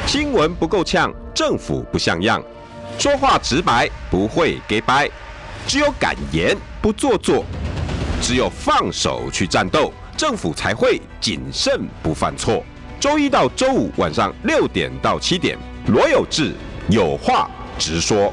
新闻不够呛，政府不像样，说话直白，不会给掰，只有敢言不做作，只有放手去战斗，政府才会谨慎不犯错。周一到周五晚上6点到7点，罗有志有话直说。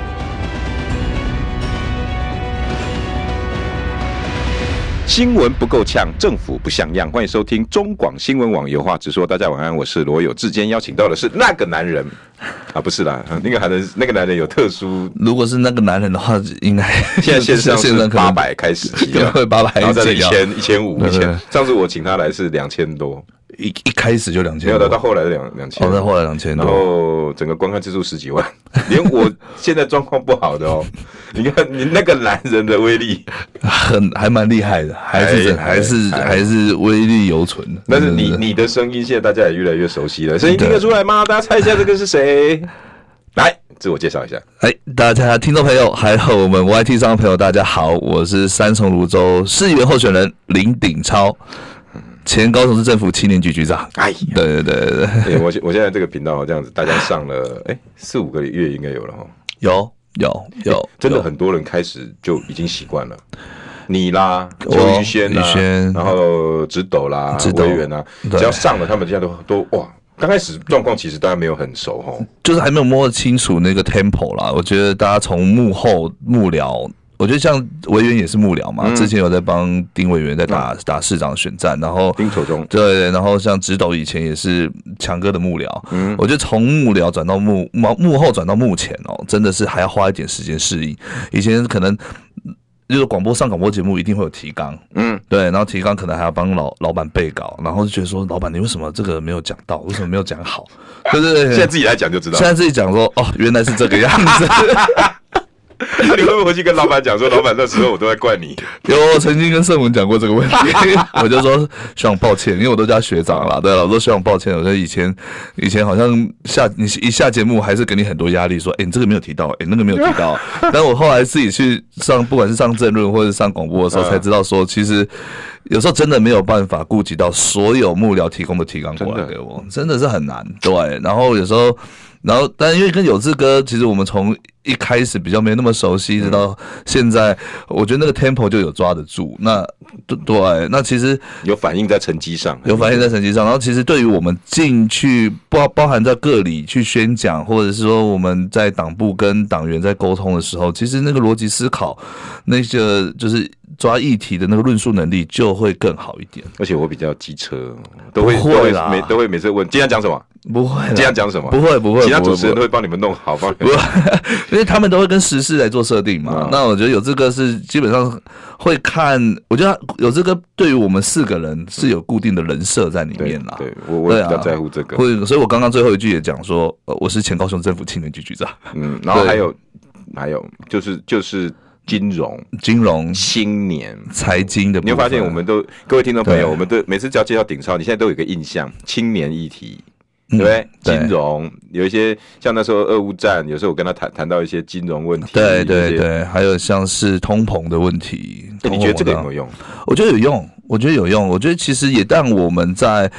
新闻不够呛，政府不像样。欢迎收听中广新闻网有话直说。大家晚安，我是罗有志。今天邀请到的是那个男人啊，不是啦，那个男人有特殊。 如果是那个男人的话，应该现在线上是800开始起， 可能会800， 然后再1000、1500。上次我请他来是2000多。 一开始就2000， 没有的，到后来是2000， 到后来2000， 然后整个观看次数10几万，连我现在状况不好的哦，你看你那个男人的威力还蛮厉害的，还是威力犹存的。 但是你的声音现在大家也越来越熟悉了，声音听得出来吗？大家猜一下这个是谁？来，自我介绍一下。 大家听众朋友，还有我们 YT 上的朋友，大家好，我是三重泸州市议员候选人林鼎超。前高雄市政府青年局局长。对， 我现在这个频道这样子，大家上了4-5个月应该有了哈。 有， 真的很多人开始就已经习惯了。你啦，邱宇轩啦，然后直斗啦，委员啦，只要上了，他们现在都哇。刚开始状况其实大家没有很熟齁， 就是还没有摸得清楚那个 tempo 啦。我觉得大家从幕后幕僚。我觉得像委员也是幕僚嘛，之前有在帮丁委员在打市长选战，然后丁守中对，然后像直斗以前也是强哥的幕僚，我觉得从幕僚转到幕后转到幕前哦，真的是还要花一点时间适应。以前可能就是广播节目一定会有提纲，对，然后提纲可能还要帮老板背稿，然后就觉得说老板你为什么这个没有讲到，为什么没有讲好？对， 现在自己来讲就知道， 现在自己讲说哦，原来是这个样子。 你会不会回去跟老板讲说，老板那时候我都在怪你？ 我曾经跟盛文讲过这个问题，我就说学长抱歉，因为我都叫学长啦，对了，我说学长抱歉，我说以前好像你一下节目还是给你很多压力，说你这个没有提到，那个没有提到，但我后来自己去上，不管是上政论或者上广播的时候，才知道说，其实有时候真的没有办法顾及到所有幕僚提供的提纲过来给我，真的是很难，对，然后有时候。但因为跟有志哥，其实我们从一开始比较没那么熟悉，直到现在，我觉得那个 tempo 就有抓得住。那对，那其实有反映在成绩上， 然后其实对于我们进去包含在个里去宣讲，或者是说我们在党部跟党员在沟通的时候，其实那个逻辑思考，那个就是抓议题的那个论述能力就会更好一点。 而且我比较机车，都会每次问今天讲什么。 不会， 今天讲什么？ 不会， 其他主持人都会帮你们弄好， 因为他们都会跟时事来做设定嘛。那我觉得有这个是基本上会看，我觉得有这个对于我们4个人是有固定的人设在里面啦。 对，我比较在乎这个。 所以我刚刚最后一句也讲说，我是前高雄政府青年局局长。 然后还有就是金融、新年、 财经的部分， 你会发现各位听众朋友，我们都每次只要介绍鼎超，你现在都有一个印象，青年议题。对不对？金融有一些像那时候俄乌战，有时候我跟他谈到一些金融问题， 对，还有像是通膨的问题。 你觉得这个有没有用？ 我觉得有用。我觉得其实也让我们在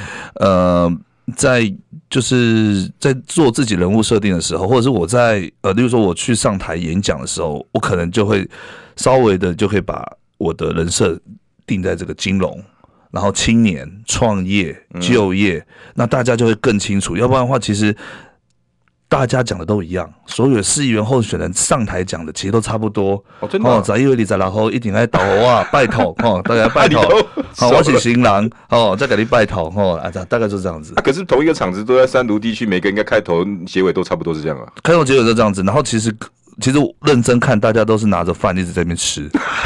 就是在做自己人物设定的时候，或者是我在例如说我去上台演讲的时候，我可能就会稍微的就可以把我的人设定在这个金融。然后青年创业就业，那大家就会更清楚。要不然的话，其实大家讲的都一样，所有市议员候选人上台讲的其实都差不多。 真的。 在1月20然后一定来投啊，拜托大家拜托。我是新郎再给你拜托大概就是这样子。 可是同一个场子都在三芦地区，每个人应该开头结尾都差不多是这样啊。 开头结尾都这样子，然后其实认真看，大家都是拿着饭一直在那边吃。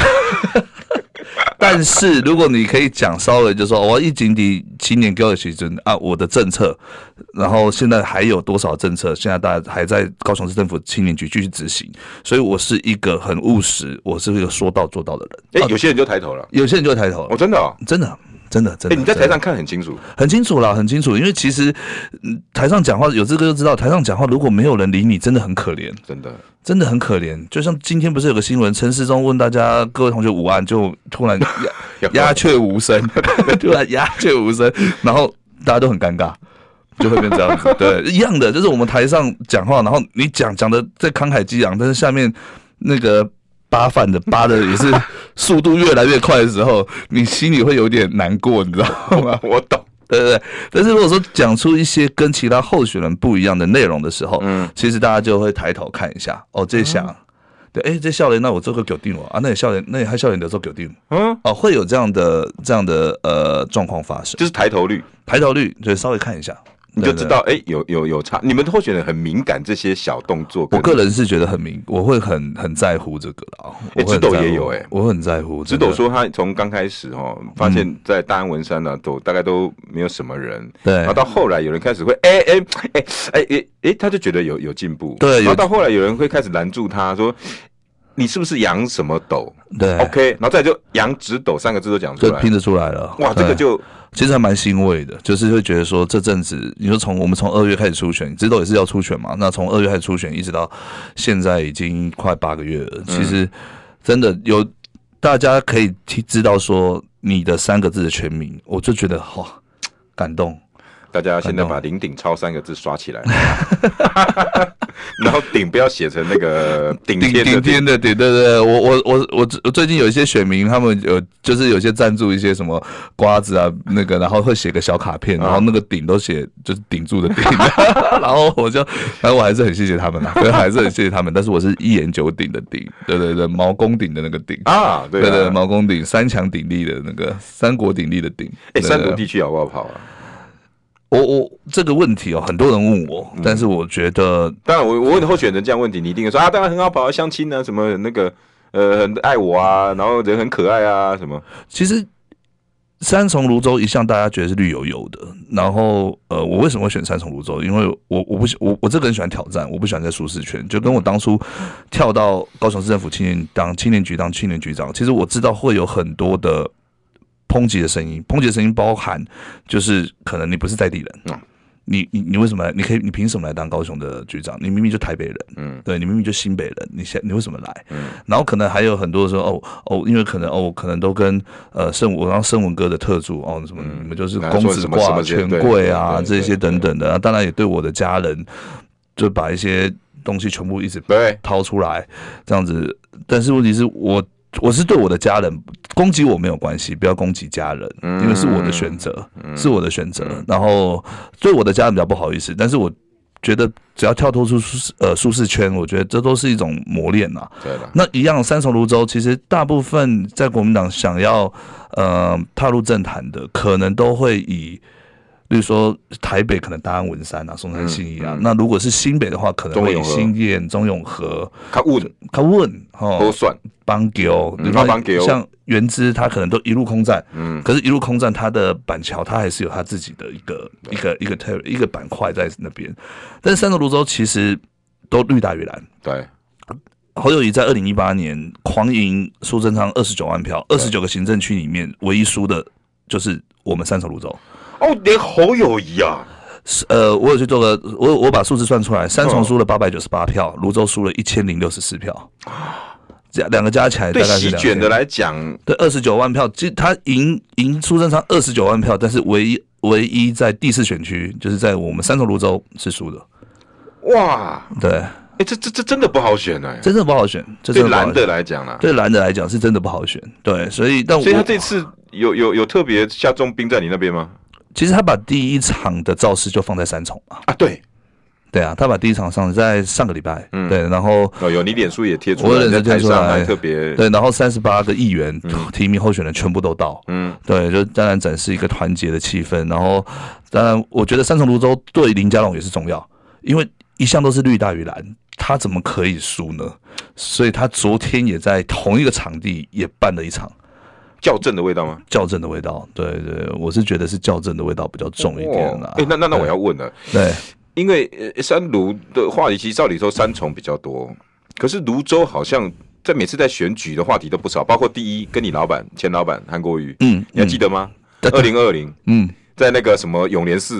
但是如果你可以讲稍微就说我一景底青年给我时阵我的政策，然后现在还有多少政策，现在大家还在高雄市政府青年局继续执行，所以我是一个很务实，我是一个说到做到的人。 有些人就抬头了，真的真的， 你在台上看很清楚， 很清楚，因为其实台上讲话有这个就知道，台上讲话如果没有人理你，真的很可怜，真的很可怜。就像今天不是有个新闻，陈时中问大家各位同学午安，就突然鸦雀无声，然后大家都很尴尬。 就会变这样子。对，一样的，就是我们台上讲话，然后你讲的在慷慨激昂，但是下面那个扒饭的扒的也是速度越来越快的时候，你心里会有点难过，你知道吗？ 我懂。 对对对，但是如果说讲出一些跟其他候选人不一样的内容的时候，其实大家就会抬头看一下，哦，这想。对，这笑脸，那我这个搞定了啊，那你笑脸，那你还笑脸的时候搞定，会有这样的状况发生， 就是抬头率， 对，稍微看一下， 你就知道，有差。你们候选人很敏感这些小动作， 我个人是觉得我会很在乎这个啦。 直斗也有我很在乎。 直斗说他从刚开始发现在大安文山呢，大概都没有什么人，对，然后到后来有人开始会他就觉得有进步，对，然后到后来有人会开始拦住他说，你是不是杨什么斗？对 ，OK， 然后再就杨直斗3个字都讲出来， 就拼得出来了。 哇，这个就其实还蛮欣慰的，就是会觉得说这阵子，你说我们从2月开始初选，直斗也是要初选嘛，那从2月开始初选，一直到现在已经快8个月了。其实真的有大家可以知道说你的3个字的全名，我就觉得感动。 大家现在把林鼎超3个字刷起来，然后顶不要写成那个顶天的顶。 对，我最近有一些选民，他们就是有些赞助一些什么瓜子啊那个，然后会写个小卡片，然后那个顶都写就是顶住的顶，然后我还是很谢谢他们啦，对，还是很谢谢他们，但是我是1言9鼎的鼎，对，毛公鼎的那个鼎啊，对，毛公鼎3强鼎立的那个3国鼎立的鼎。 三读地区好不好跑啊？ 我这个问题很多人问我，但是我觉得， 当然我问候选人这样问题，你一定会说当然很好跑啊，相亲啊，什么那个很爱我啊，然后人很可爱啊，什么。 其实三重泸州一向大家觉得是绿油油的，然后我为什么会选三重泸州？因为我这个人喜欢挑战，我不喜欢在舒适圈，就跟我当初跳到高雄市政府青年局当青年局长，其实我知道会有很多的抨击的声音包含就是可能你不是在地人，你为什么你凭什么来当高雄的局长？你明明就台北人，对，你明明就新北人，你为什么来？然后可能还有很多说因为可能都跟我让盛文哥的特助什么你们就是公子挂权贵啊这些等等的，当然也对我的家人就把一些东西全部一直掏出来这样子，但是问题是我是对我的家人攻击我没有关系，不要攻击家人，因为是我的选择，然后对我的家人比较不好意思，但是我觉得只要跳脱出舒适圈，我觉得这都是一种磨练呐。对的。那一样，三重泸州其实大部分在国民党想要踏入政坛的，可能都会以。例如说台北可能大安文山啊、松山信义啊，那如果是新北的话，可能会以新店、中永和、较稳都算邦桥，像原资他可能都一路空战，可是一路空战，他的板桥他还是有他自己的一个板块在那边，但是三重泸州其实都绿大于蓝，对。侯友宜在2018年狂赢苏贞昌29万票，29个行政区里面唯一输的就是我们三重泸州。 连侯友宜啊， 我有去做个，我把数字算出来，三重输了898票，泸州输了1064票，两个加起来大概是对席卷的来讲， 对29万票，其实他赢苏贞昌29万票，但是唯一在第4选区，就是在我们三重泸州是输的。 哇， 对， 这真的不好选真的不好选， 对蓝的来讲啦， 对蓝的来讲是真的不好选，对，所以他这次有特别下重兵在你那边吗？ 其实他把第一场的造势就放在三重对啊，他把第一场在上个礼拜，对，然后有你脸书也贴出来，我脸书贴出来，特别对，然后38个议员提名候选人全部都到，对，就当然展示一个团结的气氛，然后当然我觉得三重泸州对林佳龙也是重要，因为一向都是绿大于蓝，他怎么可以输呢？所以他昨天也在同一个场地也办了一场。 校正的味道吗？ 校正的味道，对，我是觉得是校正的味道比较重一点啦。 那我要问了，对，因为三卢的话题其实照理说三重比较多，可是泸州好像每次在选举的话题都不少，包括第一跟你前老板韩国瑜，你还记得吗？2020，在那个什么永联寺。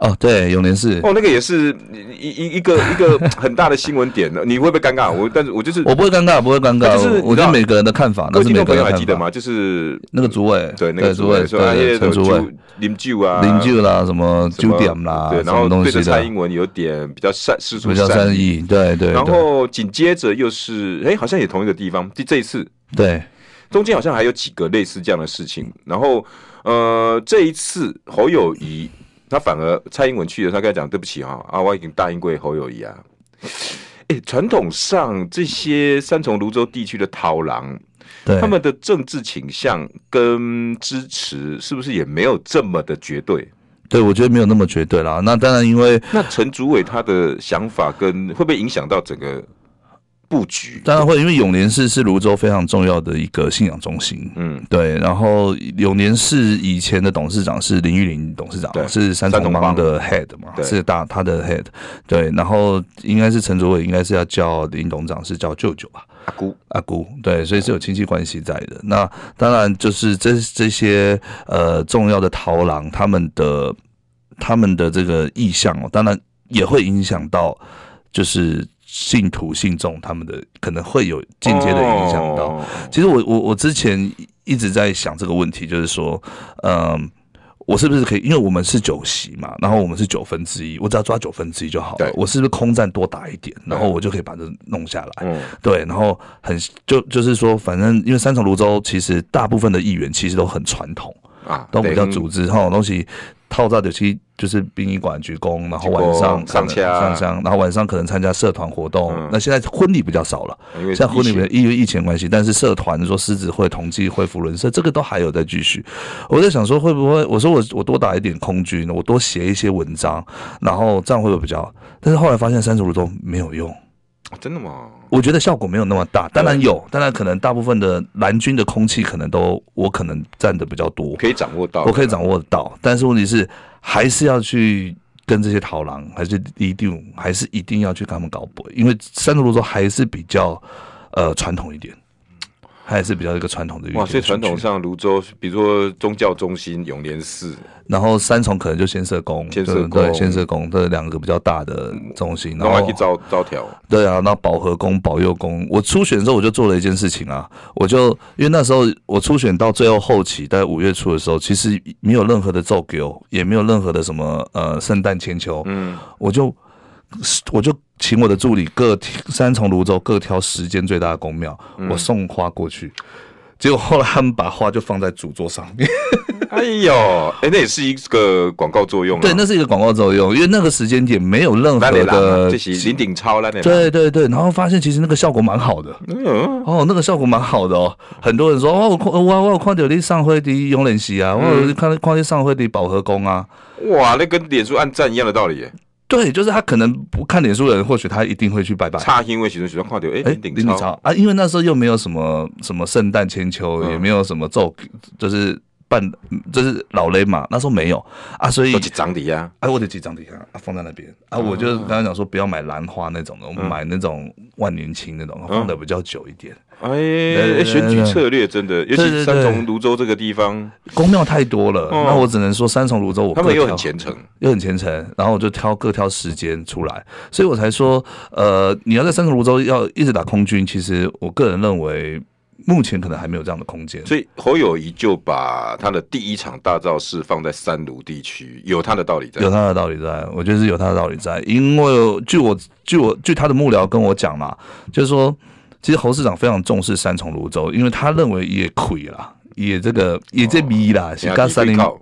哦，对，永联市那个也是一个很大的新闻点你会不会尴尬？但是我就是我不会尴尬，不会尴尬，就是我觉得每个人的看法，那是每个人的看法。 听众朋友还记得吗？就是那个主委， 对，那个主委说陈主委啉酒啊， 啉酒啦，什么酒点啦， 对，然后对着蔡英文有点比较施出善意， 对。 然后紧接着又是好像也同一个地方，这一次对。 中间好像还有几个类似这样的事情，然后这一次侯友宜他反而蔡英文去了，他跟他讲对不起我已经答应过侯友宜啊。传统上这些三重芦洲地区的讨郎，他们的政治倾向跟支持是不是也没有这么的绝对？ 对，我觉得没有那么绝对啦。那当然，因为那陈主委他的想法跟会不会影响到整个布局？ 当然会，因为永联市是芦洲非常重要的一个信仰中心。对。然后永联市以前的董事长是林玉玲董事长，是三重帮的 head 嘛，是他的 head。对。然后应该是陈主委，应该是要叫林董事长是叫舅舅吧？阿姑，对，所以是有亲戚关系在的。那当然就是这些重要的桃郎他们的这个意向当然也会影响到就是信徒信众他们的可能会有间接的影响到。其实我之前一直在想这个问题，就是说我是不是可以，因为我们是9席嘛，然后我们是1/9，我只要抓1/9就好了。我是不是空战多打一点，然后我就可以把这弄下来？对，然后就是说，反正因为三重芦洲其实大部分的议员其实都很传统都比较组织东西。套在就是殡仪馆鞠躬，然后晚上上香，然后晚上可能参加社团活动。那现在婚礼比较少了，现在婚礼因为疫情关系，但是社团说狮子会、同济会、扶轮社，这个都还有在继续。我在想说会不会，我说我多打一点空军，我多写一些文章，然后这样会不会比较？但是后来发现三重芦洲没有用。 真的吗？ 我觉得效果没有那么大，当然有，当然可能大部分的蓝军的空气可能我可能占的比较多， 可以掌握到， 我可以掌握得到，但是问题是还是要去跟这些讨郎，还是一定要去跟他们搞博，因为三重芦洲还是比较传统一点。它也是比较一个传统的所以传统上芦洲，比如说宗教中心永联寺， 然后三重可能就先社宫，对，先社宫这2个比较大的中心，然后还可以招条。对啊，那保和宫、保佑宫，我初选的时候我就做了一件事情啊，因为那时候我初选到最后期，大概5月初的时候，其实没有任何的奏歌，也没有任何的什么圣诞千秋，我就请我的助理三重芦洲各挑10间最大的宫庙，我送花过去，结果后来他们把花就放在主桌上面。 哎呦，那也是一个广告作用。 对，那是一个广告作用，因为那个时间点没有任何的， 这是林鼎超啦。 对，然后发现其实那个效果蛮好的。那个效果蛮好的哦。很多人说我有看到你上会的永联寺啊，我有看你上会的保和宫啊。 哇，那跟脸书按赞一样的道理耶。 对，就是他可能不看脸书的人，或许他一定会去拜拜。 差因为喜欢看到林鼎超啊，因为那时候又没有什么圣诞千秋，也没有什么就是老雷嘛，那时候没有啊，所以几张底啊， 我的几张底啊，放在那边啊，我就刚刚讲说不要买兰花那种的，我们买那种万年青那种，放的比较久一点。 选举策略真的，尤其三重芦洲这个地方， 宫庙太多了。那我只能说三重芦洲， 他们又很虔诚， 然后我就各挑时间出来，所以我才说，你要在三重芦洲要一直打空军，其实我个人认为。目前可能还没有这样的空间， 所以侯友宜就把他的第1场大造势放在三芦地区，有他的道理在。 有他的道理在，我觉得是有他的道理在，因为据他的幕僚跟我讲啦，就是说，其实侯市长非常重视三重芦洲，因为他认为也亏啦。也这味啦，是跟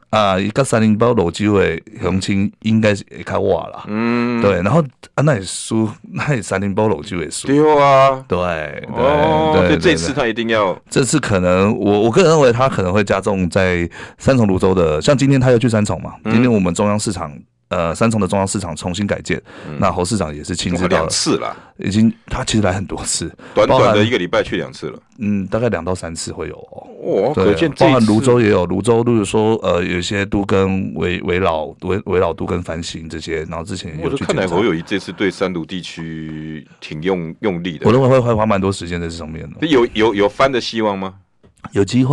308路州的乡亲应该是会较晚啦。对，然后那也输，那也308路州也输。 对啊， 对， 这次他一定要。 这次可能我个人认为他可能会加重在三重芦洲的，像今天他又去三重嘛，今天我们中央市场。三重的中央市场重新改建，那侯市长也是亲自到 2次了， 他其实来很多次， 短的1个礼拜去2次了， 大概2到3次会有可见包含芦洲也有，芦洲例如说有一些都跟围绕都跟翻新这些，然后之前有去检查。 看来侯友宜这次对三芦地区挺用力的， 我认为会花蛮多时间在这上面的。 有翻的希望吗？ 有机会，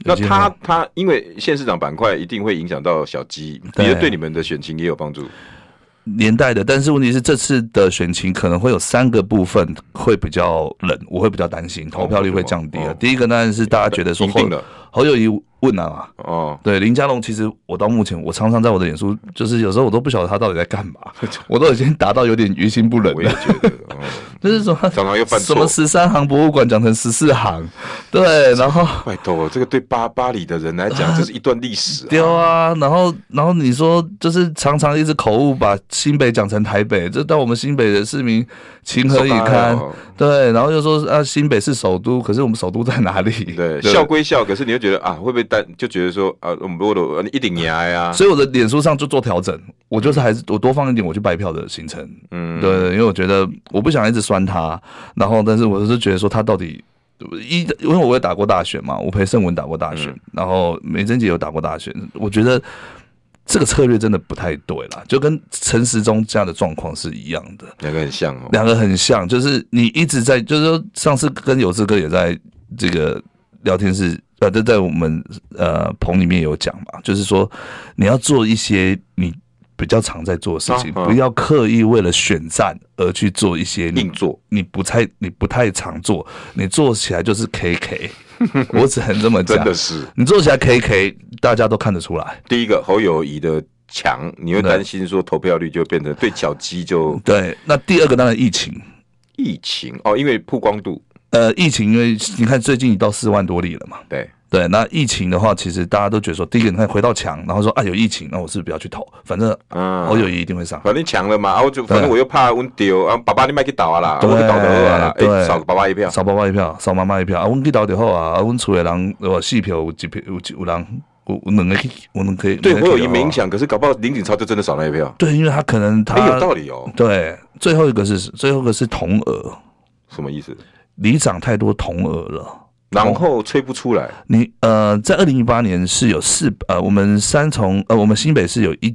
那他因为县市长板块一定会影响到小鸡，比如对你们的选情也有帮助。 年代的，但是问题是这次的选情可能会有3个部分会比较冷，我会比较担心投票率会降低了。第一个当然是大家觉得说侯友宜问啊嘛，哦，对，林佳龙其实我到目前我常常在我的脸书，就是有时候我都不晓得他到底在干嘛，我都已经达到有点于心不忍了。 我也觉得， 就是说常常又犯错， 什么13行博物馆讲成14行，对，然后拜托，这个对巴黎的人来讲，这是一段历史。 对啊，然后你说就是常常一直口误把新北讲成台北，这到我们新北的市民情何以堪？对，然后又说啊新北是首都，可是我们首都在哪里？ 对，笑归笑，可是你又觉得啊会不会就觉得说啊我们一定赢呀？ 所以我的脸书上就做调整，我就是我多放一点我去拜票的行程，对，因为我觉得我不想一直酸他，然后但是我是觉得说他到底因为我也打过大选嘛，我陪盛文打过大选，然后梅珍姐有打过大选，我觉得这个策略真的不太对啦，就跟陈时中这样的状况是一样的， 两个很像哦， 两个很像，就是你一直在，就是说上次跟有志哥也在这个聊天室。就在我们棚里面有讲嘛，就是说你要做一些你比较常在做的事情，不要刻意为了选战而去做一些硬做， 你不太常做，你做起来就是 KK， 我只能这么讲， 真的是你做起来 KK， 大家都看得出来。 第一个侯友宜的强，你会担心说投票率就变成对小鸡就对。那第二个当然疫情哦，因为曝光度。 疫情，因为你看最近已到4万多例了嘛，对，那疫情的话，其实大家都觉得说，第一个你看回到强，然后说啊有疫情，那我是不是不要去投？反正侯友宜一定会上， 反正强了嘛，反正我又怕温丢啊，爸爸你别去倒啊啦，我去倒就好啊啦，少爸爸一票， 少爸爸一票，少妈妈一票啊，我去倒就好啊，我厝的人4票有1票有人我2个我们可以对我有一影响，可是搞不好林景超就真的少那一票， 对，因为他可能他有道理哦， 对，最后一个是同额， 什么意思？ 里长太多同额了， 然后吹不出来。 你在2018年是有我们我们新北市有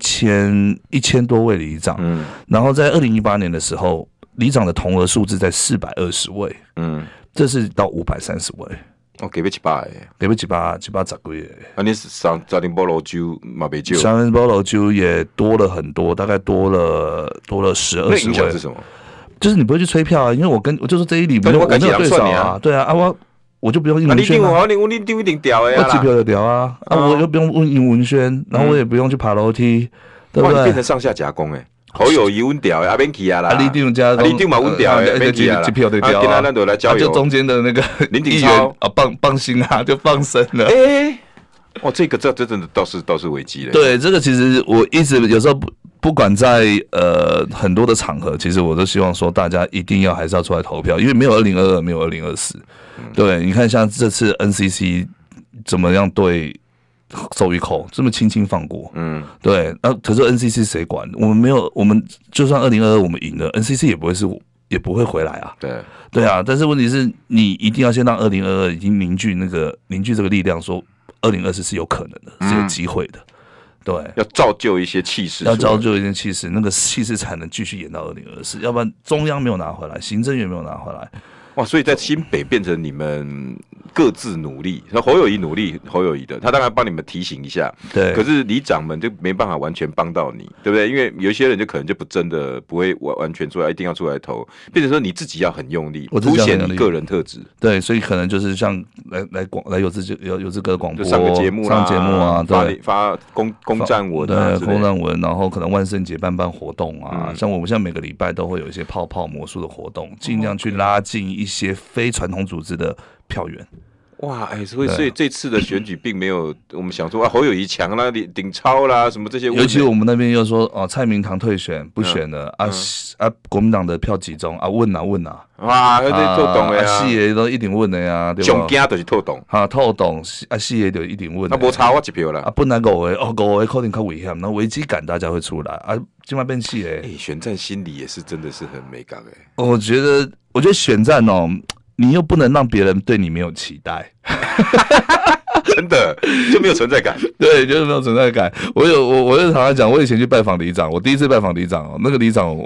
1000多位里长，然后在2018年的时候，里长的同额数字在420位，这是到530位。 哦，给不700个， 给不710几位。 啊，你沙林波罗州嘛没救， 沙林波罗州也多了很多，大概多了10-20位。 那影响是什么？ 就是你不会去催票啊，因为我就是这一里我没有对手啊，对啊，我就不用印文宣啊， 你丢一定掉呀， 我机票就掉啊，我又不用印文宣，然后我也不用去爬楼梯，对不对？ 变成上下夹攻侯友宜稳掉啊，免去啊啦， 你丢加， 你丢嘛稳掉免去啊， 机票就掉啊，就中间的那个林景超啊，放心啊，就放生了。 这真的倒是危机了。 对，这个其实我一直有时候不管在很多的场合，其实我都希望说大家一定要还是要出来投票，因为没有2022，没有2024。对，你看像这次 NCC 怎么样对周玉蔻这么轻轻放过，对，可是 NCC 谁管？我们就算2022我们赢了 ，NCC 也不会回来啊。对啊，但是问题是你一定要先让2022已经凝聚这个力量，说2024是有可能的，是有机会的。对， 要造就一些气势， 那个气势才能继续演到2024，要不然中央没有拿回来，行政院没有拿回来。 哇，所以在新北变成你们各自努力，侯友宜努力侯友宜的，他当然帮你们提醒一下， 对。 可是里长们就没办法完全帮到你，对不对？因为有一些人就可能就真的不会完全出来，一定要出来投，变成说你自己要很用力，凸显你个人特质。 对，所以可能就是像来有志哥广播上个节目啊，对， 发公战文啊， 对，公战文，然后可能万圣节办活动啊，像我们现在每个礼拜都会有一些泡魔术的活动，尽量去拉近一些非传统组织的票源。 哇，所以这次的选举并没有我们想说侯友宜强啦、顶超啦什么这些， 尤其我们那边又说蔡明堂退选不选了国民党的票集中问啊， 哇，那透动的四个都一定问的呀，对吧？ 上惊就是透动， 透动四个就一定问， 无差我1票啦， 本来5个可能较危险，那危机感大家会出来现在变四个， 选战心理也是真的是很美感我觉得选战你又不能让别人对你没有期待， 真的就没有存在感。 对，就是没有存在感。我就常常讲，我以前去拜访里长，我第一次拜访里长那个里长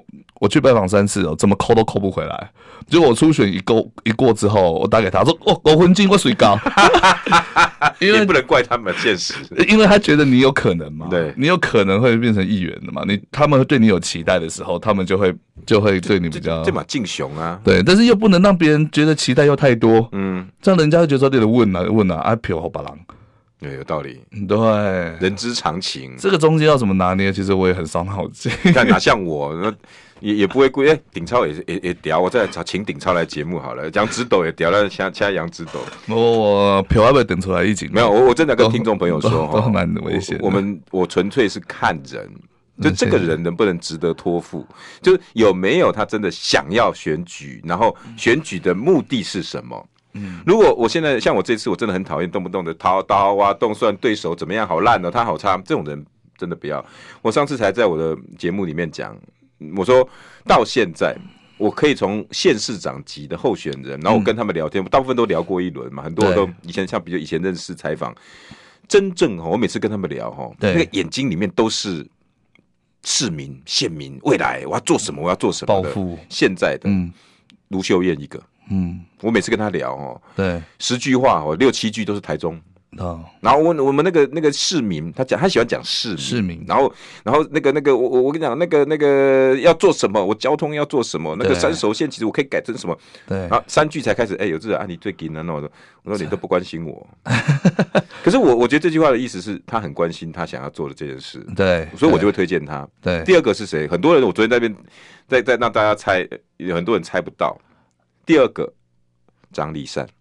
我去拜访3次哦，怎么扣都扣不回来。结果我初选一过之后，我打给他说：“哦，5分钟我水高。”因为不能怪他们现实， 因为他觉得你有可能嘛， 对， 你有可能会变成议员的嘛，他们对你有期待的时候，他们就会对你比较这嘛敬雄啊， 对，但是又不能让别人觉得期待又太多，这样人家就觉得说你得问啊，票好把郎。 对，有道理， 对， 人之常情。 这个中间要怎么拿捏，其实我也很伤脑筋。 看哪像我，也不会故意。鼎超也屌，我再请鼎超来节目好了。杨指斗也屌了，现在杨指斗， 我票还没等出来一景。 没有，我真的跟听众朋友说， 都蛮危险。 我纯粹是看人，就这个人能不能值得托付，就是有没有他真的想要选举，然后选举的目的是什么。如果我现在像我这次，我真的很讨厌动不动的掏刀啊、动算对手怎么样好烂哦，他好差，这种人真的不要。我上次才在我的节目里面讲，我说到现在，我可以从县市长级的候选人，然后我跟他们聊天，大部分都聊过一轮嘛，很多都以前像比如以前认识采访，真正我每次跟他们聊那个眼睛里面都是市民、县民，未来我要做什么，我要做什么的， 抱负。 现在的卢秀燕一个。我每次跟他聊对，10句话6、7句都是台中。然后我们那个市民，他喜欢讲市民，然后那个我跟你讲那个要做什么，我交通要做什么，那个3手线其实我可以改成什么，对，然后3句才开始，有这个啊你最近啊，那我说你都不关心我，可是我觉得这句话的意思是他很关心他想要做的这件事，对，所以我就会推荐他。对，第二个是谁？很多人我昨天在那边在让大家猜，有很多人猜不到。第二个张丽善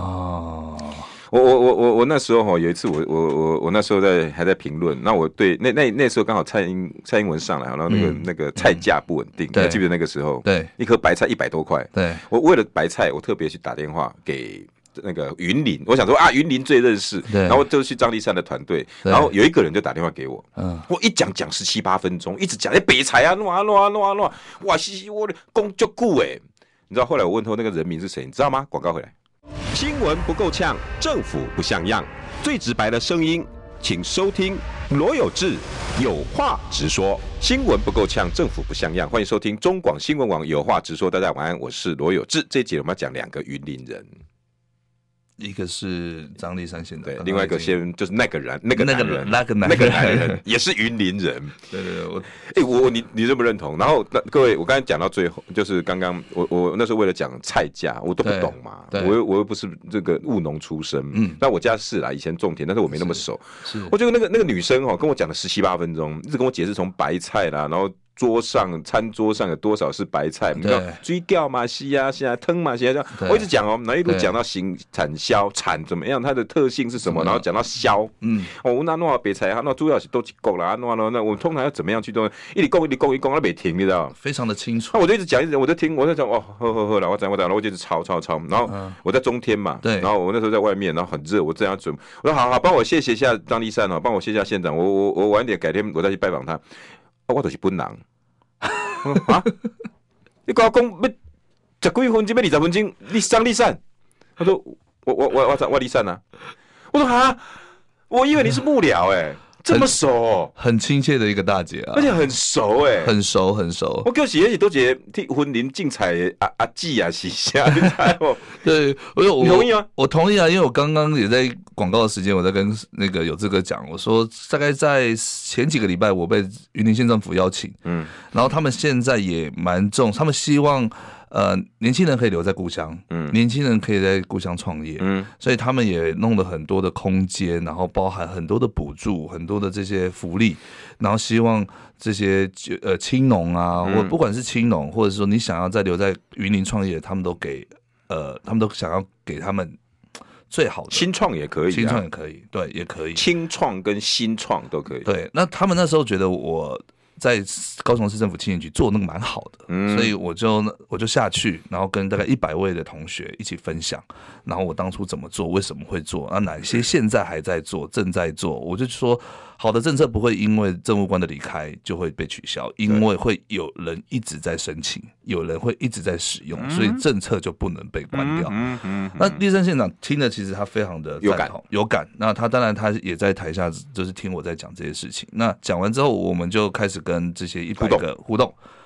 我那时候有一次我那时候还在评论，那我对那时候刚好蔡英文上来，然后那个菜价不稳定，你记不记得那个时候？对，一颗白菜100多块。对，我为了白菜，我特别去打电话给那个云林，我想说啊，云林最认识，然后就去张丽善的团队，然后有一个人就打电话给我，我一讲17、8分钟，一直讲白菜啊，哇，哇，我讲足久哎。你知道后来我问他那个人名是谁，你知道吗？广告回来。新闻不够呛，政府不像样，最直白的声音，请收听罗有志有话直说。新闻不够呛，政府不像样，欢迎收听中广新闻网有话直说。大家晚安，我是罗有志。这一节我们要讲2个云林人。 一个是张丽善县长， 对，另外一个先就是那个男人也是云林人。对，你认不认同？然后各位，我刚才讲到最后，就是刚刚我那时候为了讲菜价，我都不懂嘛，我又不是这个务农出身，但我家是啦，以前种田，但是我没那么熟。是，我觉得那个女生跟我讲了17、8分钟，一直跟我解释从白菜啦，然后餐桌上有多少是白菜？你知道水饺嘛是啊，现在汤嘛现在我一直讲然后一路讲到产怎么样，它的特性是什么，然后讲到销，那弄白菜那主要是都一国啦，那我们通常要怎么样去做？一直讲，那没停，你知道？ 非常的清楚。 那我就一直讲，我在听，我在讲喝了，我讲，然后我就一直吵，然后我在中天嘛，对，然后我那时候在外面，然后很热，我这样准，我说好，帮我谢谢一下张丽善帮我谢谢一下县长，我晚点改天我再去拜访他。我就是本人。啊！你跟我讲要10几分钟，要20分钟，你张丽善？他说我丽善啊。我说啊，我以为你是幕僚这么熟很亲切的一个大姐啊， 而且很熟很熟。我叫是都觉得替婚林竞彩阿季啊是啥？ 对， 你同意吗？ 我同意啊，因为我刚刚也在广告的时间，我在跟那个有志哥讲，我说大概在前几个礼拜，我被云林县政府邀请，然后他们现在也蛮重，他们希望年轻人可以留在故乡，年轻人可以在故乡创业，所以他们也弄了很多的空间，然后包含很多的补助，很多的这些福利，然后希望这些青农啊，或不管是青农，或者说你想要再留在云林创业，他们都想要给他们最好的。 新创也可以， 新创也可以，对，也可以， 轻创跟新创都可以。 对，那他们那时候觉得我在高雄市政府青年局做那个蛮好的，所以我就下去，然后跟大概100位的同学一起分享，然后我当初怎么做，为什么会做，哪些现在还在做，正在做，我就说好的政策不会因为政务官的离开就会被取消，因为会有人一直在申请，有人会一直在使用，所以政策就不能被关掉。那丽善县长听了，其实他非常的有感。那他当然他也在台下就是听我在讲这些事情。那讲完之后，我们就开始跟这些100个互动。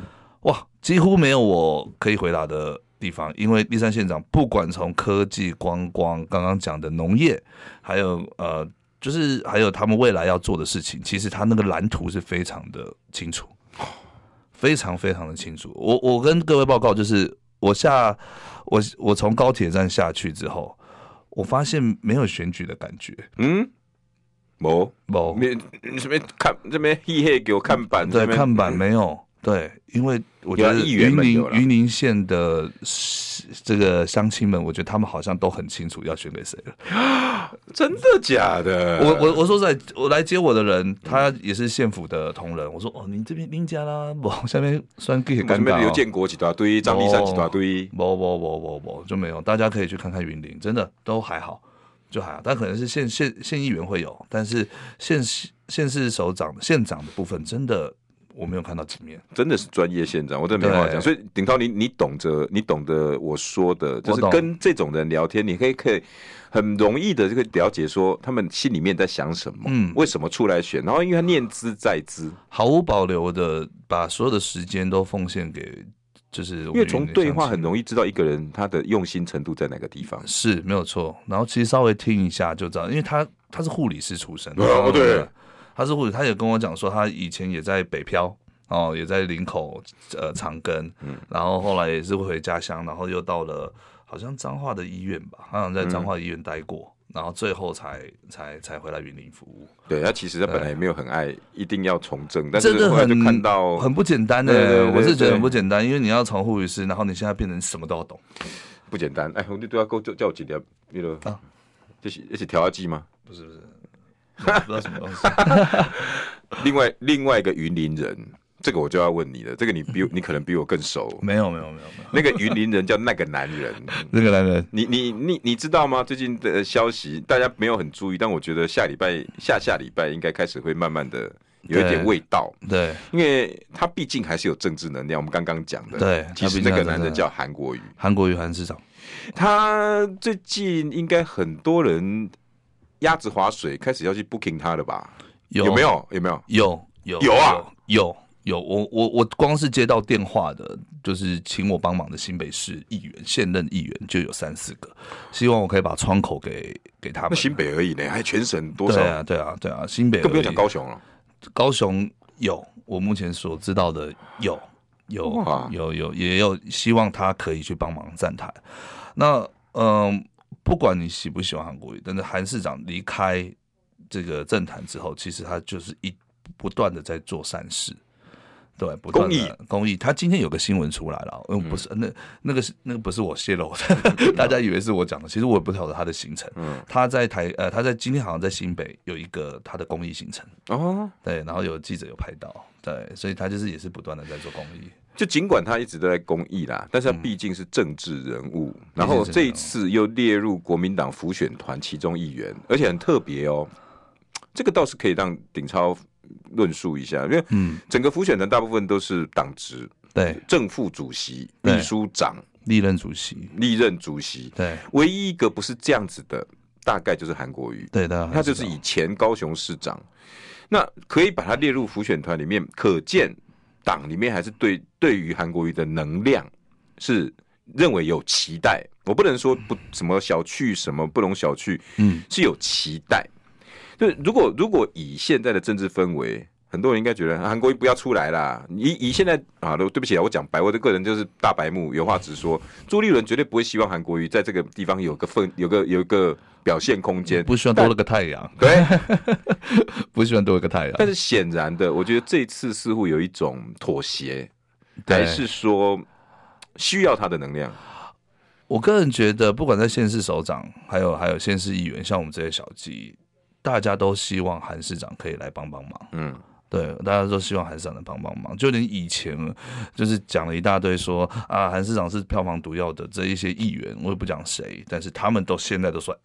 哇，几乎没有我可以回答的地方，因为立山县长不管从科技、观光，刚刚讲的农业，还有就是还有他们未来要做的事情，其实他那个蓝图是非常的清楚，非常非常的清楚。我跟各位报告，就是我从高铁站下去之后，我发现没有选举的感觉。 没，什么看这边黑黑给我看板， 对，看板没有。对，因为我觉得云林县的这个乡亲们，我觉得他们好像都很清楚要选给谁了。 真的假的？ 我说实在，我来接我的人，他也是县府的同仁。我说哦，你这边林家啦，不，下面算给尴尬。 刘建国几大堆，张立山几大堆， 不就没有。大家可以去看看云林，真的都还好，就还好。但可能是县议员会有，但是县市首长、县长的部分真的。我没有看到几面， 真的是专业县长，我真的没话讲。所以鼎涛，你懂得我说的，就是跟这种人聊天，你可以很容易的这个了解说他们心里面在想什么，为什么出来选，然后因为他念兹在兹， 毫无保留的把所有的时间都奉献给，就是因为从对话很容易知道一个人他的用心程度在哪个地方， 是没有错。然后其实稍微听一下就知道，因为他是护理师出身， 对。 他是护理，他也跟我讲说，他以前也在北漂哦，也在林口长庚，然后后来也是回家乡，然后又到了好像彰化的医院吧，好像在彰化医院待过，然后最后才回来云林服务。 对，他其实他本来也没有很爱，一定要从政，但是后来就看到很不简单的，我是觉得很不简单，因为你要从护理师，然后你现在变成什么都要懂， 不简单。哎，你都要叫我几条那个啊，这是调压剂吗？ 不是。不知道什么东西。 另外一个云林人，这个我就要问你了。这个你可能比我更熟。 没有。 那个云林人叫那个男人。 那个男人， 你知道吗？最近的消息大家没有很注意，但我觉得下礼拜应该开始会慢慢的有一点味道。 对， 因为他毕竟还是有政治能量。我们刚刚讲的， 对， 其实那个男人叫韩国瑜， 韩市长。 他最近应该很多人。鸭子划水，开始要去 booking 他了吧？有没有？ 有啊，有。我光是接到电话的，就是请我帮忙的新北市议员、现任议员就有3-4个，希望我可以把窗口给他们。 那新北而已呢，还全省多少？ 对啊，新北更不用讲高雄了。 高雄有，我目前所知道的有，也有希望他可以去帮忙站台。那不管你喜不喜欢韩国瑜，但是韩市长离开这个政坛之后，其实他就是不断的在做善事，对，不断的公益。他今天有个新闻出来了，不是那个不是我泄露的，大家以为是我讲的，其实我也不晓得他的行程。他在他在今天好像在新北有一个他的公益行程哦，对，然后有记者有拍到，对，所以他就是也是不断的在做公益。 就尽管他一直都在公益啦，但是他毕竟是政治人物，然后这一次又列入国民党辅选团其中一员，而且很特别哦。这个倒是可以让鼎超论述一下，因为整个辅选团大部分都是党职，对，正副主席、秘书长、 历任主席， 对，唯一一个不是这样子的，大概就是韩国瑜， 对的， 他就是以前高雄市长，那可以把他列入辅选团里面，可见。党里面还是对于韩国瑜的能量是认为有期待，我不能说不什么小觑什么不容小觑，是有期待。对，如果以现在的政治氛围，很多人应该觉得韩国瑜不要出来啦。以现在啊，对不起啊，我讲白，我的个人就是大白目，有话直说。朱立伦绝对不会希望韩国瑜在这个地方有一个表现空间， 不希望多了个太阳， 对， 不希望多了个太阳。 但是显然的，我觉得这一次似乎有一种妥协，还是说需要他的能量。 我个人觉得，不管在县市首长，还有县市议员，像我们这些小鸡，大家都希望韩市长可以来帮忙。对，大家都希望韩市长能帮忙，就连以前就是讲了一大堆说啊，韩市长是票房毒药的这一些议员，我也不讲谁，但是他们都现在都说，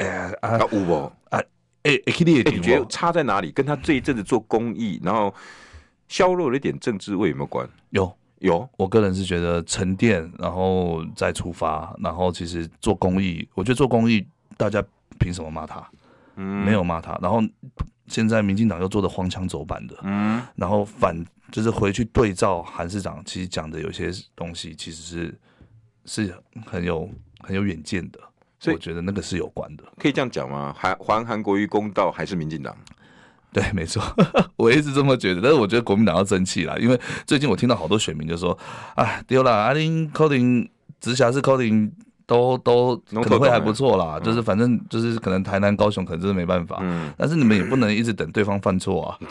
你觉得差在哪里？跟他这一阵子做公益，然后削弱了一点政治味有没有关？有， 我个人是觉得沉淀，然后再出发，然后其实做公益，我觉得做公益，大家凭什么骂他？没有骂他，然后现在民进党又做的荒腔走板的，然后就是回去对照韩市长其实讲的有些东西，其实是很有远见的，所以我觉得那个是有关的。 可以这样讲吗？还韩国瑜公道还是民进党？ 对，没错，我一直这么觉得。但是我觉得国民党要争气啦，因为最近我听到好多选民就说：“啊，对啦，阿林柯林直辖市柯林都可能会还不错啦，就是反正就是可能台南、高雄可能真的没办法，但是你们也不能一直等对方犯错啊。”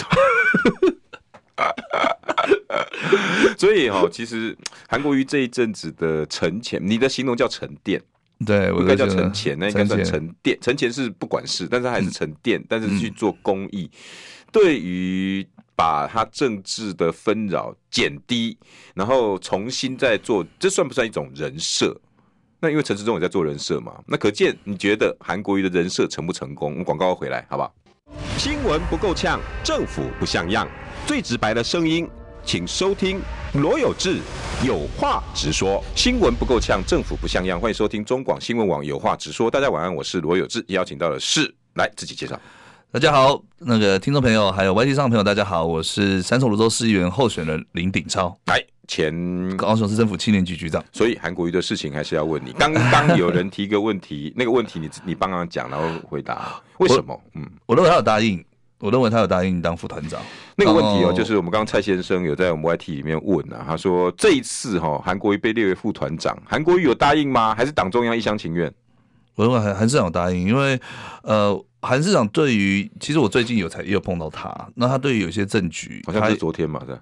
所以其实韩国瑜这一阵子的沉潜，你的形容叫沉淀， 对，我应该叫沉潜，那应该算沉淀。沉潜是不管事，但是还是沉淀，但是去做公益，对于把他政治的纷扰减低，然后重新再做，这算不算一种人设？那因为陈时中也在做人设嘛，那可见你觉得韩国瑜的人设成不成功？我们广告回来，好不好？新闻不够呛，政府不像样，最直白的声音，请收听罗有志有话直说。新闻不够呛，政府不像样，欢迎收听中广新闻网有话直说。大家晚安，我是罗有志，邀请到的是来自己介绍。 大家好，那个听众朋友还有 YT 上的朋友，大家好，我是三重泸州市议员候选人林鼎超， 来前高雄市政府青年局局长。 所以韩国瑜的事情还是要问你。刚刚有人提一个问题，那个问题你帮他讲，然后回答为什么？ 我认为他有答应。我认为他有答应当副团长。 那个问题就是我们刚刚蔡先生有在我们 YT 里面问啊，他说这一次韩国瑜被列为副团长，韩国瑜有答应吗？还是党中央一厢情愿？ 我认为韩市长有答应，因为韩市长对于，其实我最近也有碰到他，那他对于有些政局， 好像是昨天嘛，是吧？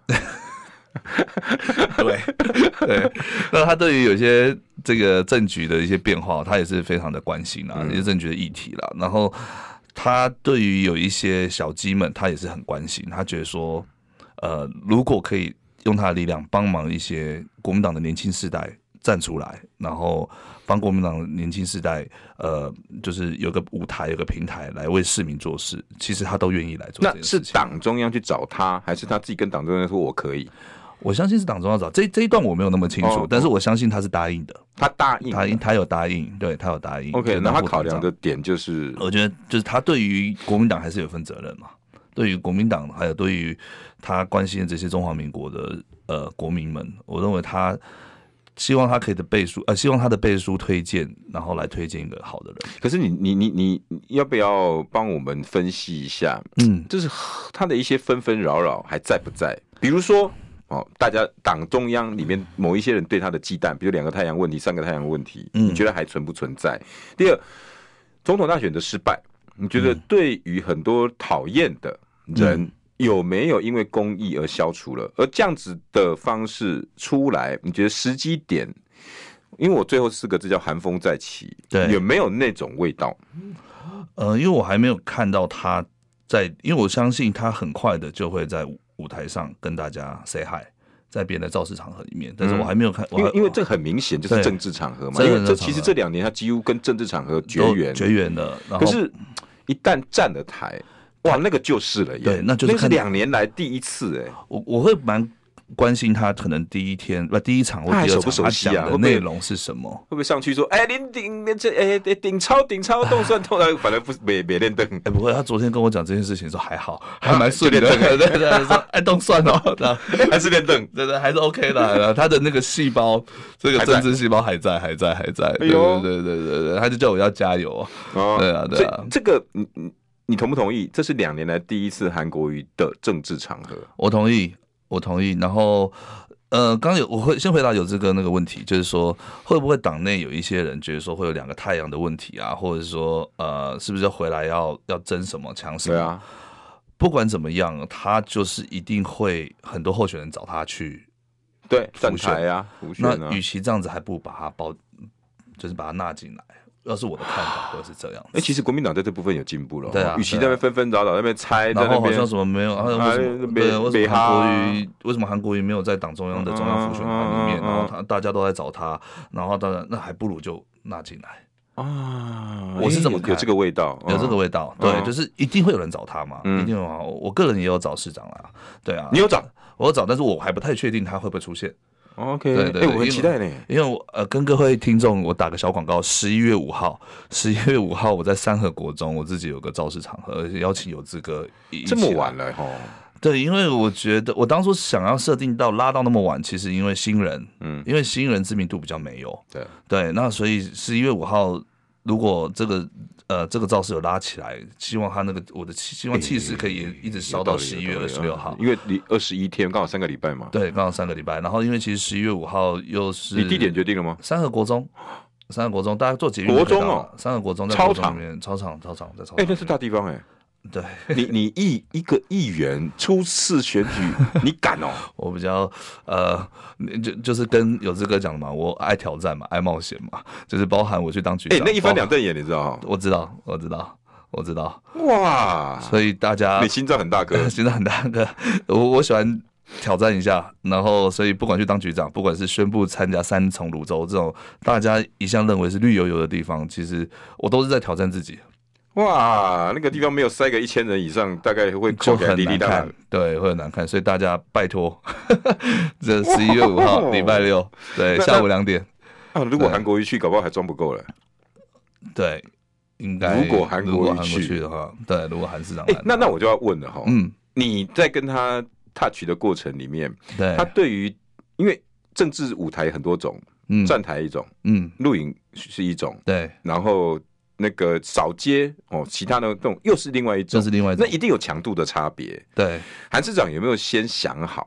对，那他对于有些这个政局的一些变化，他也是非常的关心啊，一些政局的议题啦，然后。他对于有一些小鸡们，他也是很关心。他觉得说，如果可以用他的力量帮忙一些国民党的年轻世代站出来，然后帮国民党的年轻世代，就是有个舞台、有个平台来为市民做事，其实他都愿意来做这件事情。 那是党中央去找他，还是他自己跟党中央说我可以？ 我相信是党中央找这一段我没有那么清楚，但是我相信他是答应的。 他答应， 他有答应，对他有答应。 OK， 那他考量的点就是， 我觉得就是他对于国民党还是有份责任嘛。对于国民党，还有对于他关心的这些中华民国的国民们，我认为他希望他可以的背书，希望他的背书推荐，然后来推荐一个好的人。 可是你要不要帮我们分析一下？就是他的一些纷纷扰扰还在不在？比如说。大家党中央里面某一些人对他的忌惮，比如2个太阳问题、3个太阳问题，你觉得还存不存在？第二，总统大选的失败，你觉得对于很多讨厌的人有没有因为公益而消除了？而这样子的方式出来，你觉得时机点？因为我最后4个字叫寒风再起，对，有没有那种味道？ 因为我还没有看到他因为我相信他很快的就会在舞台上跟大家 say hi， 在别人的造势场合里面，但是我还没有看， 因为这很明显就是政治场合嘛，因为其实这2年他几乎跟政治场合绝缘了。可是，一旦站了台，哇，那个就是了耶， 对，那就是 2年来第一次哎， 我会蛮关心他可能第一场或第2场他讲的内容是什么， 会不会上去说，顶超动算动，反正不是没练灯， 不会，他昨天跟我讲这件事情说还好，还蛮顺的，对，说动算哦， 还是练灯， 对，还是 OK 的，他的那个细胞，这个政治细胞还在，对，他就叫我要加油对啊， 这个你同不同意？这是2年来第一次韩国瑜的政治场合， 我同意。然后，刚我会先回答有这个那个问题，就是说会不会党内有一些人觉得说会有2个太阳的问题啊，或者是说是不是要回来要争什么抢什么？对啊，不管怎么样，他就是一定会很多候选人找他去站台啊， 那与其这样子，还不如把他就是把他纳进来。要是我的看法，会是这样子。 其实国民党在这部分有进步了。 对啊， 与其在那边纷纷扰扰，那边猜， 然后好像什么没有，为什么韩国瑜没有在党中央的中央辅选团里面？然后大家都在找他，然后当然那还不如就纳进来啊！我是这么看， 有这个味道， 有这个味道。对，就是一定会有人找他嘛，一定有。我个人也有找市长啦，对啊， 你有找， 我有找，但是我还不太确定他会不会出现。 OK， 对对， 我很期待呢。 因为我跟各位听众，我打个小广告，11月5号我在三和国中，我自己有个造势场合，而且邀请有资格这么晚了哈。 对，因为我觉得我当初想要设定到拉到那么晚，其实因为新人，因为新人知名度比较没有，对，那所以11月5号如果这个造势有拉起来，希望他那个我的希望气势可以一直烧到11月26号， 因为你21天刚好3个礼拜嘛。 对，刚好3个礼拜。然后因为其实11月5号又是你地点决定了吗？ 三和国中，大家坐捷运国中哦， 三和国中在操场里面，操场在操场。 那是大地方对， 你一个议员初次选举，你敢哦？ 我比较就是跟有志哥讲的嘛，我爱挑战嘛，爱冒险嘛，就是包含我去当局长。 那一翻两瞪眼，你知道？ 我知道。 哇！ 所以大家你心脏很大颗， 心脏很大颗。我喜欢挑战一下，然后所以不管去当局长，不管是宣布参加3重泸州这种大家一向认为是绿油油的地方，其实我都是在挑战自己。 哇，那个地方没有塞个1000人以上，大概会扣起来滴滴答答， 对，会很难看。所以大家拜托，这11月5号礼拜6，对，下午2点。 如果韩国瑜去，搞不好还装不够了。 对，应该。如果韩国瑜去的话， 对，如果韩市长那我就要问了哈，你在跟他 touch 的过程里面， 对， 他对于因为政治舞台很多种，站台一种，录影是一种， 对， 然后。那个扫街其他的那种又是另外一种，那一定有强度的差别。 对， 韩市长有没有先想好？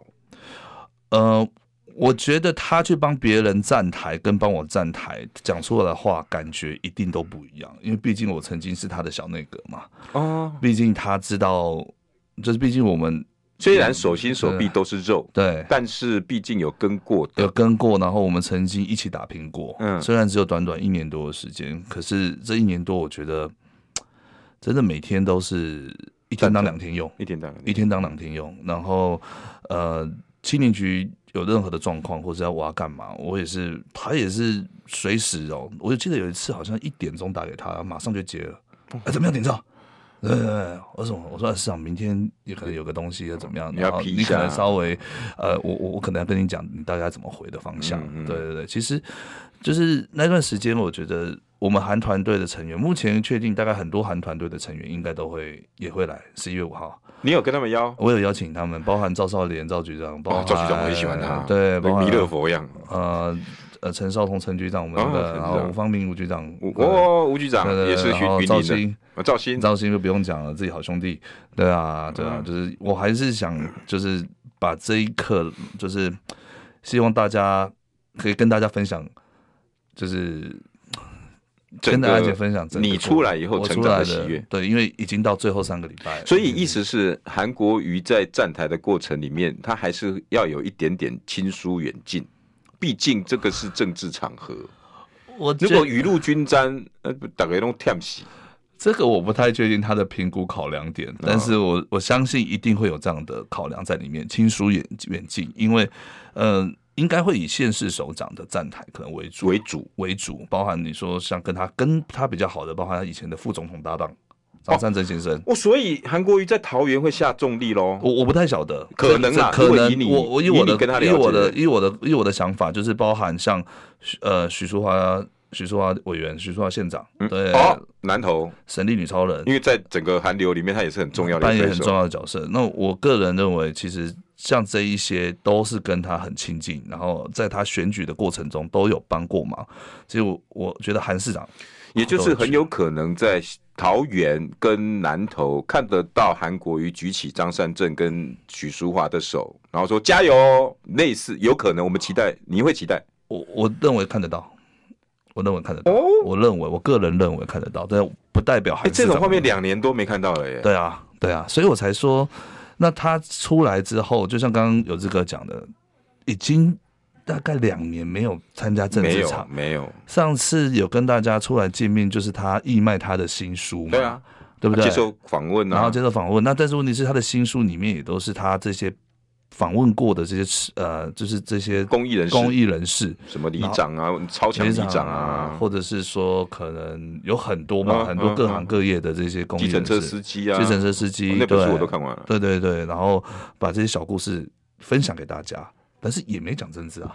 我觉得他去帮别人站台跟帮我站台讲出来的话，感觉一定都不一样，因为毕竟我曾经是他的小内阁嘛。毕竟他知道，就是毕竟我们。 虽然手心手臂都是肉， 对， 但是毕竟有跟过的， 然后我们曾经一起打拼过。虽然只有短短1年多的时间，可是这1年多，我觉得真的每天都是一天当2天用，一天当2天用。然后青年局有任何的状况或者要我要干嘛，他也是随时我就记得有一次好像1点钟打给他，马上就接了。怎么样，点照？我说市长明天也可能有个东西要怎么样，然后你可能稍微我可能要跟你讲你大概怎么回的方向。对，其实就是那段时间，我觉得我们韩团队的成员目前确定，大概很多韩团队的成员应该也会来11月5号。 你有跟他们邀？我有邀请他们，包含赵少莲、赵局长，包含赵局长我也喜欢他， 对，包含弥勒佛一样。 陈少彤陈局长，我们然后吴方明吴局长， 吴局长也是云林的，赵鑫就不用讲了，自己好兄弟，对啊，就是我还是想就是把这一刻，就是希望大家可以跟大家分享，就是跟大家一起分享你出来以后成长的喜悦。 对，因为已经到最后3个礼拜， 所以意思是韩国瑜在站台的过程里面，他还是要有一点点亲疏远近。毕竟这个是政治场合，如果雨露均沾，大家都忝死。 这个我不太确定他的评估考量点，但是我相信一定会有这样的考量在里面，亲疏远近，因为应该会以县市首长的站台可能为主，包含你说像跟他比较好的，包含他以前的副总统搭档。张善政先生， 所以韩国瑜在桃园会下重力咯。 我不太晓得， 可能啊， 可能以我的想法就是包含像许淑华委员、许淑华县长，对， 南投神力女超人， 因为在整个韩流里面，他也是很重要的扮演很重要的角色。那我个人认为，其实像这一些都是跟他很亲近，然后在他选举的过程中都有帮过忙。其实我觉得韩市长， 也就是很有可能在桃园跟南投看得到韩国瑜举起张善政跟许淑华的手，然后说加油，类似有可能，我们期待，你会期待？ 我认为看得到，我个人认为看得到，但不代表还是这种画面2年多没看到了耶。 对啊，所以我才说，那他出来之后，就像刚刚有志哥讲的，已经大概2年没有参加政治场， 没有。 上次有跟大家出来见面，就是他义卖他的新书嘛， 对啊， 对不对？ 接受访问啊， 然后接受访问。那但是问题是，他的新书里面也都是他这些访问过的这些就是这些公益人士， 什么里长啊、超强里长啊， 或者是说可能有很多嘛，很多各行各业的这些公益人士， 计程车司机啊，那本书我都看完了。 对，然后把这些小故事分享给大家。但是也没讲政治啊，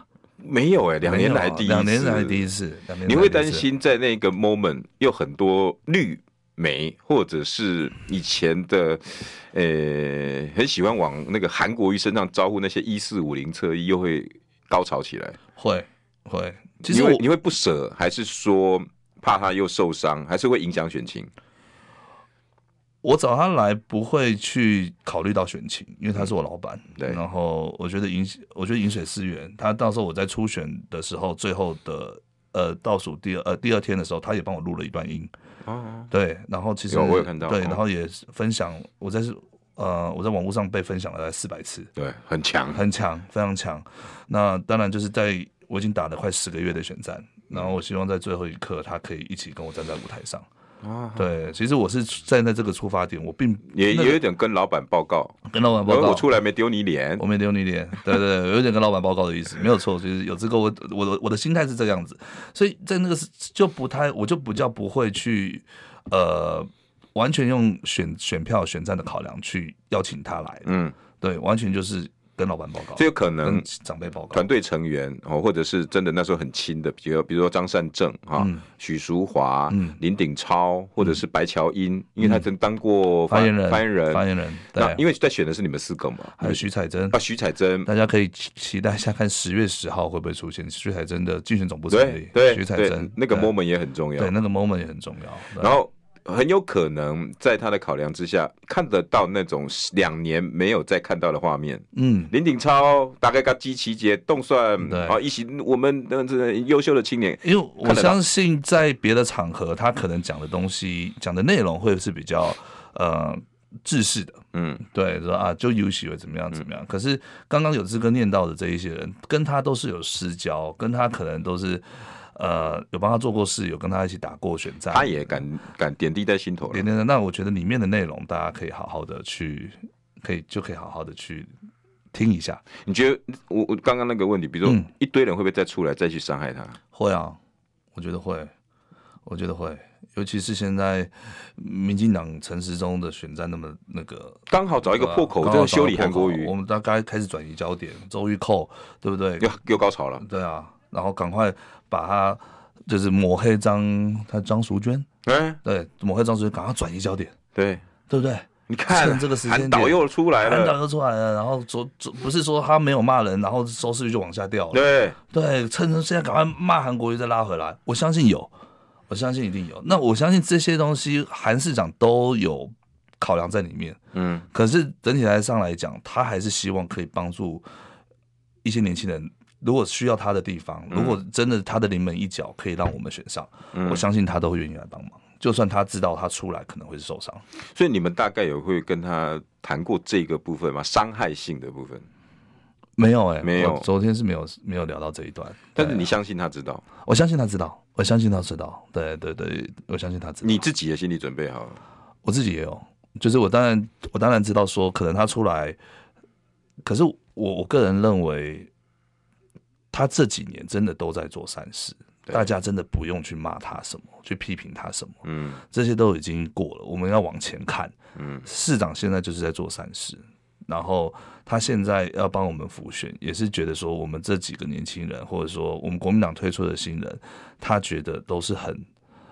没有2年来第一次，2 年来第一次。 你会担心在那个 moment 有很多绿媒或者是以前的很喜欢往那个韩国瑜身上招呼那些1450侧翼又会高潮起来？ 会。其实你会不舍，还是说怕他又受伤，还是会影响选情？ 我找他来不会去考虑到选情，因为他是我老板。 对， 然后我觉得饮水思源，他到时候我在初选的时候，最后的倒数第二天的时候，他也帮我录了一段音。对，然后其实我有看到， 对，然后也分享我在网络上被分享了400次。 对，很强， 非常强。那当然就是我已经打了快10个月的选战，然后我希望在最后一刻，他可以一起跟我站在舞台上。对，其实我是站在这个出发点，我并也有点跟老板报告，我出来没丢你脸， 我没丢你脸，对，有点跟老板报告的意思，没有错，就是有这个我的心态是这样子，所以在那个我就比较不会去完全用选票选战的考量去邀请他来，对，完全就是跟老板报告， 这有可能跟长辈报告， 团队成员或者是真的那时候很亲的，比如说张善政许淑华、林鼎超，或者是白乔英，因为他曾当过发言人。那因为在选的是你们4个嘛， 还有徐彩珍徐彩珍， 大家可以期待一下，看10月10号会不会出现徐彩珍的竞选总部成立。 对， 徐彩珍那个 moment 也很重要， 对，那个 moment 也很重要。 然后很有可能在他的考量之下，看得到那种2年没有再看到的画面。林鼎超大概跟基奇杰动算一起我们的优秀的青年，因为我相信在别的场合，他可能讲的东西、讲的内容会是比较制式的。对，说就游戏会怎么样。可是刚刚有志哥念到的这一些人，跟他都是有私交，跟他可能都是。有帮他做过事，有跟他一起打过选战， 他也敢点滴在心头了。 那我觉得里面的内容，大家可以好好的去，可以好好的去听一下。 你觉得我刚刚那个问题，比如说一堆人会不会再出来再去伤害他？ 会啊，我觉得会，尤其是现在民进党陈时中的选战那个， 刚好找一个破口，就修理韩国瑜， 我们大概开始转移焦点，周玉蔻对不对？ 又高潮了， 对啊。然后赶快把他就是抹黑张淑娟，对，抹黑张淑娟，赶快转移焦点，对不对？ 你看趁这个时间点， 韩导又出来了， 然后不是说他没有骂人，然后收视率就往下掉了，对，趁现在赶快骂韩国瑜再拉回来，我相信一定有。那我相信这些东西韩市长都有考量在里面，可是整体上来讲，他还是希望可以帮助一些年轻人。如果需要他的地方，如果真的他的临门一脚可以让我们选上，我相信他都会愿意来帮忙。就算他知道他出来可能会是受伤， 所以你们大概有会跟他谈过这个部分吗？伤害性的部分没有没有，昨天是没有聊到这一段。 但是你相信他知道？ 我相信他知道，我相信他知道。对，我相信他知道。 你自己的心理准备好了？ 我自己也有，就是我当然知道说，可能他出来，可是我个人认为。他这几年真的都在做善事，大家真的不用去骂他什么，去批评他什么，这些都已经过了，我们要往前看。市长现在就是在做善事，然后他现在要帮我们辅选，也是觉得说我们这几个年轻人，或者说我们国民党推出的新人，他觉得都是很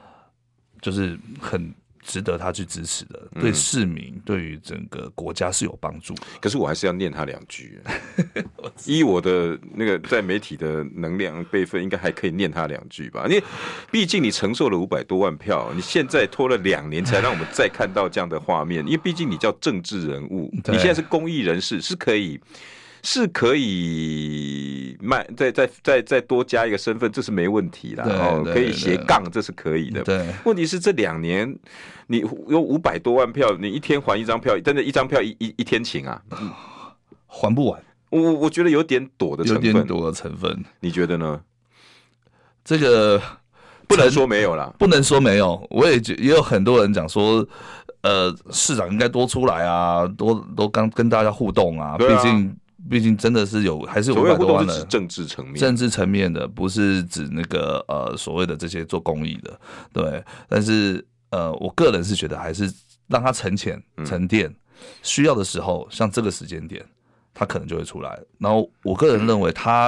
值得他去支持的，对市民、对于整个国家是有帮助的。 可是我还是要念他2句，依我的那个在媒体的能量辈分，应该还可以念他2句吧？因为毕竟你承受了500多万票，你现在拖了2年才让我们再看到这样的画面。因为毕竟你叫政治人物，你现在是公益人士，是可以再多加一个身份，这是没问题啦。可以斜杠，这是可以的。 对， 问题是这2年你有500多万票，你一天还1张票，真的1张票一天请啊， 还不完。 我觉得有点躲的成分，你觉得呢？ 这个不能说没有啦， 不能说没有。我也有很多人讲说，市长应该多出来啊，多跟大家互动啊，毕竟真的是还是有500多万人， 是指政治层面的，不是指那个所谓的这些做公益的，对。但是我个人是觉得还是让他沉淀，需要的时候，像这个时间点，他可能就会出来。然后我个人认为他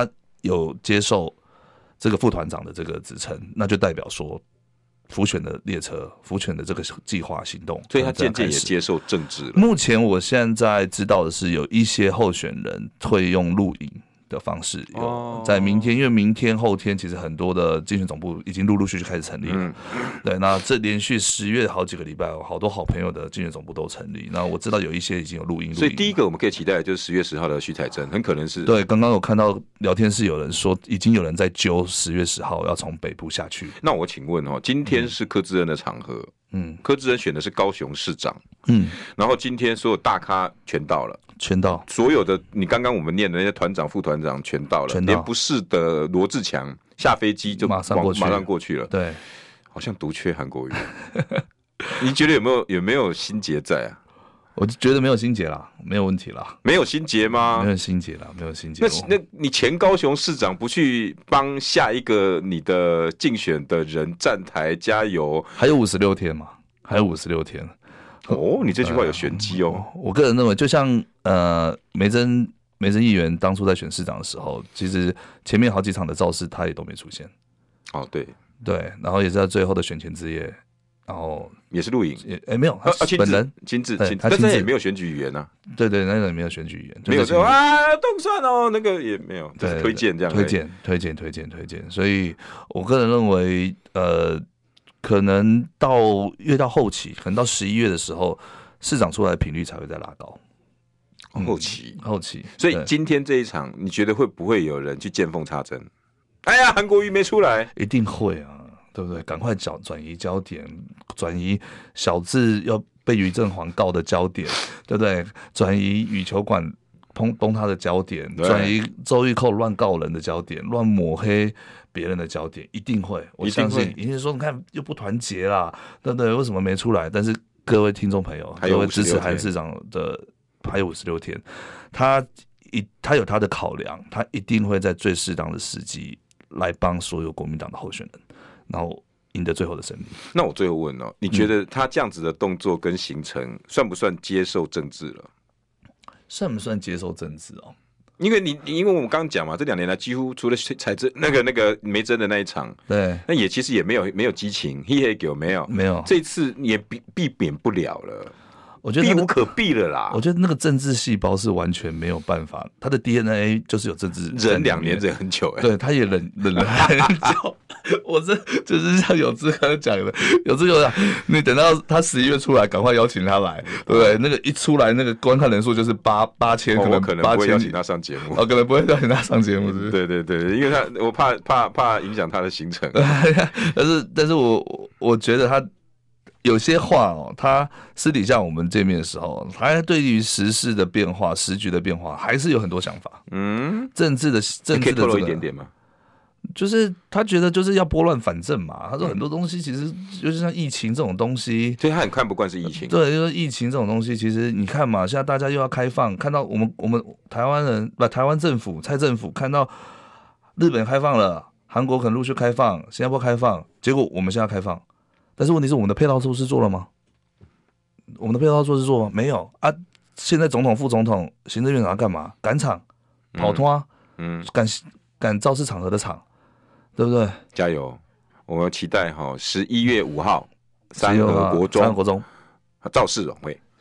有接受这个副团长的这个职称，那就代表说辅选的列车、辅选的这个计划行动， 所以他渐渐也接受政治了。 目前我现在知道的是，有一些候选人会用录影的方式，有在明天，因为明天后天其实很多的竞选总部已经陆陆续续开始成立了。对，那这连续10月好几个礼拜，好多好朋友的竞选总部都成立。那我知道有一些已经有录音， 所以第一个我们可以期待的就是10月10号的徐采珍，很可能是对。刚刚有看到聊天室有人说，已经有人在揪10月10号要从北部下去。 那我请问今天是柯志恩的场合，柯志恩选的是高雄市长，然后今天所有大咖全到了。 全到所有的你刚刚我们念的那些团长、副团长全到了，连不是的罗志强下飞机就马上过去了。 对， 好像独缺韩国瑜。你觉得有没有心结在啊？ 我就觉得没有心结啦，没有问题啦。 没有心结吗？ 没有心结啦，没有心结。 那你前高雄市长不去帮下一个你的竞选的人站台加油？ 还有56天嘛？还有56天。 你这句话有玄机哦。 我个人认为，就像梅珍议员当初在选市长的时候，其实前面好几场的造势他也都没出现。 对， 然后也是在最后的选前之夜，然后也是录影， 没有，他本人亲自， 但是也没有选举语言啊。 对，那个也没有选举语言， 没有说动算那个也没有，就是推荐这样。推荐。所以我个人认为，可能越到后期，可能到11月的时候，市长出来的频率才会再拉高。 后期，所以今天这一场，你觉得会不会有人去见缝插针？哎呀，韩国瑜没出来， 一定会啊，对不对？赶快转移焦点，转移小智要被于正煌告的焦点，对不对？转移羽球馆崩他的焦点，转移周玉蔻乱告人的焦点，乱抹黑别人的焦点，一定会，我相信，一定说，你看又不团结啦，对不对？为什么没出来？但是各位听众朋友，各位支持韩市长的，还有56天，他有他的考量，他一定会在最适当的时机来帮所有国民党的候选人，然后赢得最后的胜利。 那我最后问你觉得他这样子的动作跟行程，算不算接受政治了？ 算不算接受政治哦？ 因为我们刚刚讲嘛，这2年来几乎除了采珍那个梅珍的那一场， 对， 那其实也没有激情，没有，这次也避免不了了。我觉得避无可避了啦。 我觉得那个政治细胞是完全没有办法，他的 DNA 就是有政治。 忍2年忍很久对，他也忍了很久。我就是像有志刚刚讲的，有志讲，你等到他11月出来，赶快邀请他来，对不对？那个一出来，那个观看人数就是8000， 可能不会邀请他上节目， 可能不会邀请他上节目，是不是？ 对，因为我怕影响他的行程。 但是我觉得他有些话他私底下我们见面的时候，他对于时事的变化、时局的变化，还是有很多想法。政治的可以透露一点点吗？ 就是他觉得就是要拨乱反正嘛。他说很多东西其实就是像疫情这种东西， 所以他很看不惯是疫情。 对，就是疫情这种东西，其实你看嘛，现在大家又要开放，看到我们台湾政府蔡政府看到日本开放了，韩国可能陆续开放，新加坡开放，结果我们现在开放，但是问题是我们的配套措施做了吗？我们的配套措施做吗？没有啊！现在总统、副总统、行政院长要干嘛？赶场、跑脱，赶造势场合的场。对不对？ 加油！我们期待11月5号3和国中造势晚会。